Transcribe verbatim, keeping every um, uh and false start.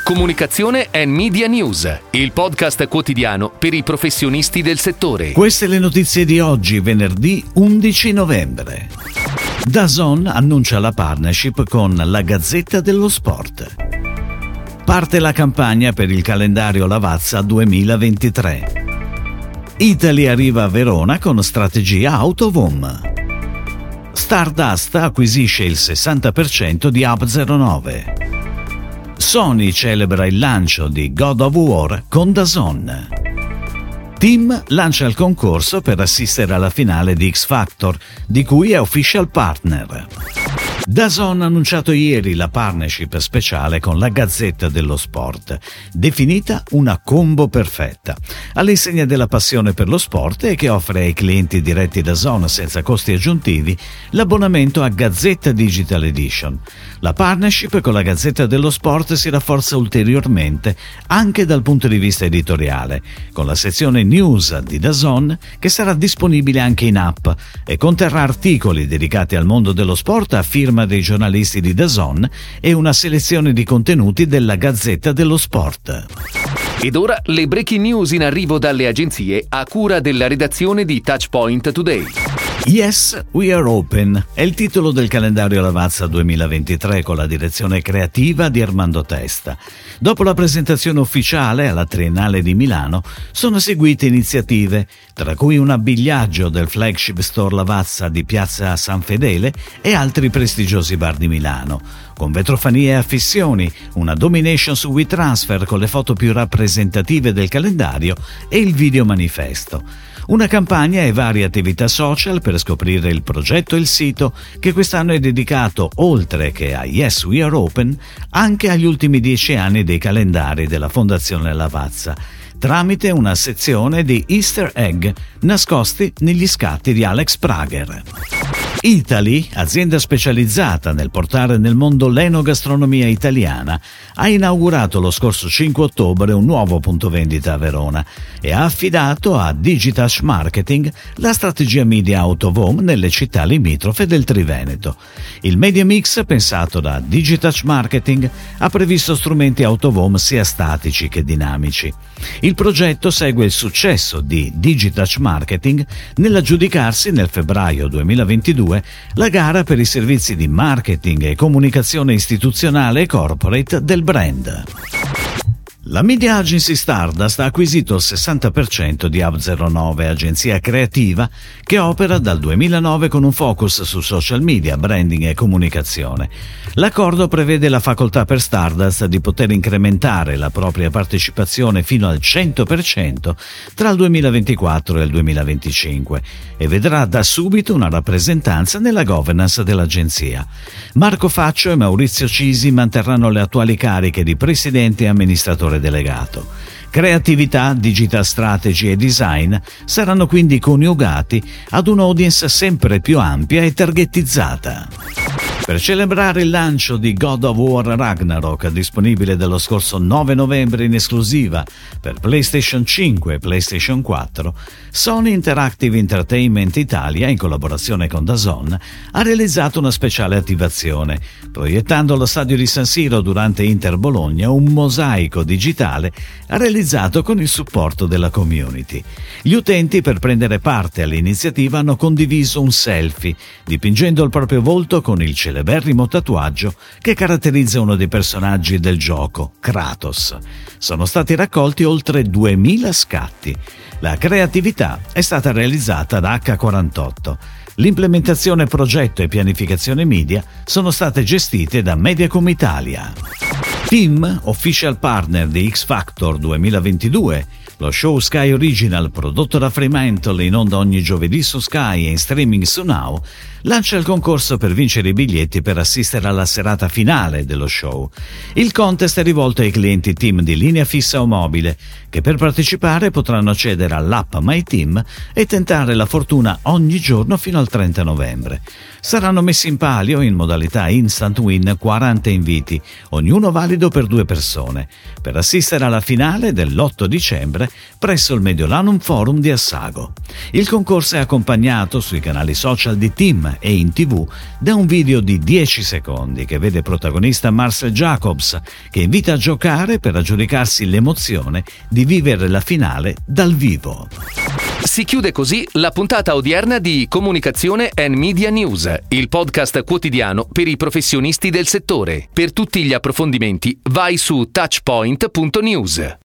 Comunicazione e Media News, il podcast quotidiano per i professionisti del settore. Queste le notizie di oggi, venerdì undici novembre. DAZN annuncia la partnership con la Gazzetta dello Sport. Parte la campagna per il calendario Lavazza duemilaventitré. Italy arriva a Verona con strategia Out of Home. Stardust acquisisce il sessanta per cento di Hub zero nove. Sony celebra il lancio di God of War con DAZN. Team lancia il concorso per assistere alla finale di X Factor, di cui è official partner. DAZN ha annunciato ieri la partnership speciale con la Gazzetta dello Sport, definita una combo perfetta, all'insegna della passione per lo sport e che offre ai clienti diretti DAZN senza costi aggiuntivi l'abbonamento a Gazzetta Digital Edition. La partnership con la Gazzetta dello Sport si rafforza ulteriormente anche dal punto di vista editoriale, con la sezione News di DAZN che sarà disponibile anche in app e conterrà articoli dedicati al mondo dello sport a firma dei giornalisti di DAZN e una selezione di contenuti della Gazzetta dello Sport. Ed ora le breaking news in arrivo dalle agenzie a cura della redazione di Touchpoint Today. Yes, we are open è il titolo del calendario Lavazza duemilaventitré con la direzione creativa di Armando Testa. Dopo la presentazione ufficiale alla Triennale di Milano sono seguite iniziative, tra cui un abbigliaggio del flagship store Lavazza di Piazza San Fedele e altri prestigiosi bar di Milano, con vetrofanie e affissioni, una domination su WeTransfer con le foto più rappresentative del calendario e il video manifesto. Una campagna e varie attività social per scoprire il progetto e il sito che quest'anno è dedicato, oltre che a Yes We Are Open, anche agli ultimi dieci anni dei calendari della Fondazione Lavazza, tramite una sezione di Easter egg nascosti negli scatti di Alex Prager. Italy, azienda specializzata nel portare nel mondo l'enogastronomia italiana, ha inaugurato lo scorso cinque ottobre un nuovo punto vendita a Verona e ha affidato a Digitouch Marketing la strategia media out of home nelle città limitrofe del Triveneto. Il media mix pensato da Digitouch Marketing ha previsto strumenti out of home sia statici che dinamici. Il progetto segue il successo di Digitouch Marketing nell'aggiudicarsi nel febbraio duemilaventidue la gara per i servizi di marketing e comunicazione istituzionale e corporate del brand. La media agency Stardust ha acquisito il sessanta per cento di Hub zero nove, agenzia creativa che opera dal duemilanove con un focus su social media, branding e comunicazione. L'accordo prevede la facoltà per Stardust di poter incrementare la propria partecipazione fino al cento per cento tra il duemilaventiquattro e il duemilaventicinque e vedrà da subito una rappresentanza nella governance dell'agenzia. Marco Faccio e Maurizio Cisi manterranno le attuali cariche di presidente e amministratore delegato. Creatività, digital strategy e design saranno quindi coniugati ad un'audience sempre più ampia e targetizzata. Per celebrare il lancio di God of War Ragnarok, disponibile dallo scorso nove novembre in esclusiva per PlayStation cinque e PlayStation quattro, Sony Interactive Entertainment Italia, in collaborazione con DAZN, ha realizzato una speciale attivazione, proiettando allo stadio di San Siro durante Inter Bologna un mosaico digitale realizzato con il supporto della community. Gli utenti, per prendere parte all'iniziativa, hanno condiviso un selfie, dipingendo il proprio volto con il celeberrimo tatuaggio che caratterizza uno dei personaggi del gioco, Kratos. Sono stati raccolti oltre duemila scatti. La creatività è stata realizzata da acca quarantotto. L'implementazione progetto e pianificazione media sono state gestite da Mediacom Italia. Team, official partner di X Factor duemilaventidue, lo show Sky Original prodotto da Fremantle in onda ogni giovedì su Sky e in streaming su Now, lancia il concorso per vincere i biglietti per assistere alla serata finale dello show. Il contest è rivolto ai clienti Team di linea fissa o mobile, che per partecipare potranno accedere all'app MyTeam e tentare la fortuna ogni giorno fino al trenta novembre. Saranno messi in palio in modalità Instant Win quaranta inviti, ognuno valido per due persone, per assistere alla finale dell'otto dicembre finale presso il Mediolanum Forum di Assago. Il concorso è accompagnato sui canali social di Team e in tv da un video di dieci secondi che vede protagonista Marcel Jacobs, che invita a giocare per aggiudicarsi l'emozione di vivere la finale dal vivo. Si chiude così la puntata odierna di Comunicazione and Media News, il podcast quotidiano per i professionisti del settore. Per tutti gli approfondimenti vai su touchpoint punto news.